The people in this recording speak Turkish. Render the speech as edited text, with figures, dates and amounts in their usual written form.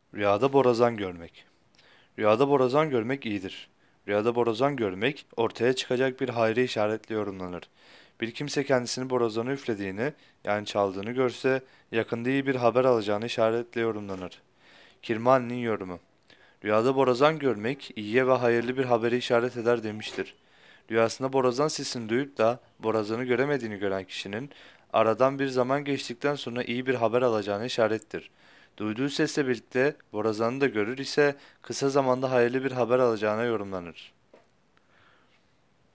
Rüyada borazan görmek. Rüyada borazan görmek iyidir. Rüyada borazan görmek ortaya çıkacak bir hayra işaretle yorumlanır. Bir kimse kendisini borazanı üflediğini, yani çaldığını görse yakında iyi bir haber alacağını işaretle yorumlanır. Kirmani'nin yorumu. Rüyada borazan görmek iyiye ve hayırlı bir habere işaret eder demiştir. Rüyasında borazan sesini duyup da borazanı göremediğini gören kişinin aradan bir zaman geçtikten sonra iyi bir haber alacağını işarettir. Duyduğu sesle birlikte borazanı da görür ise kısa zamanda hayırlı bir haber alacağına yorumlanır.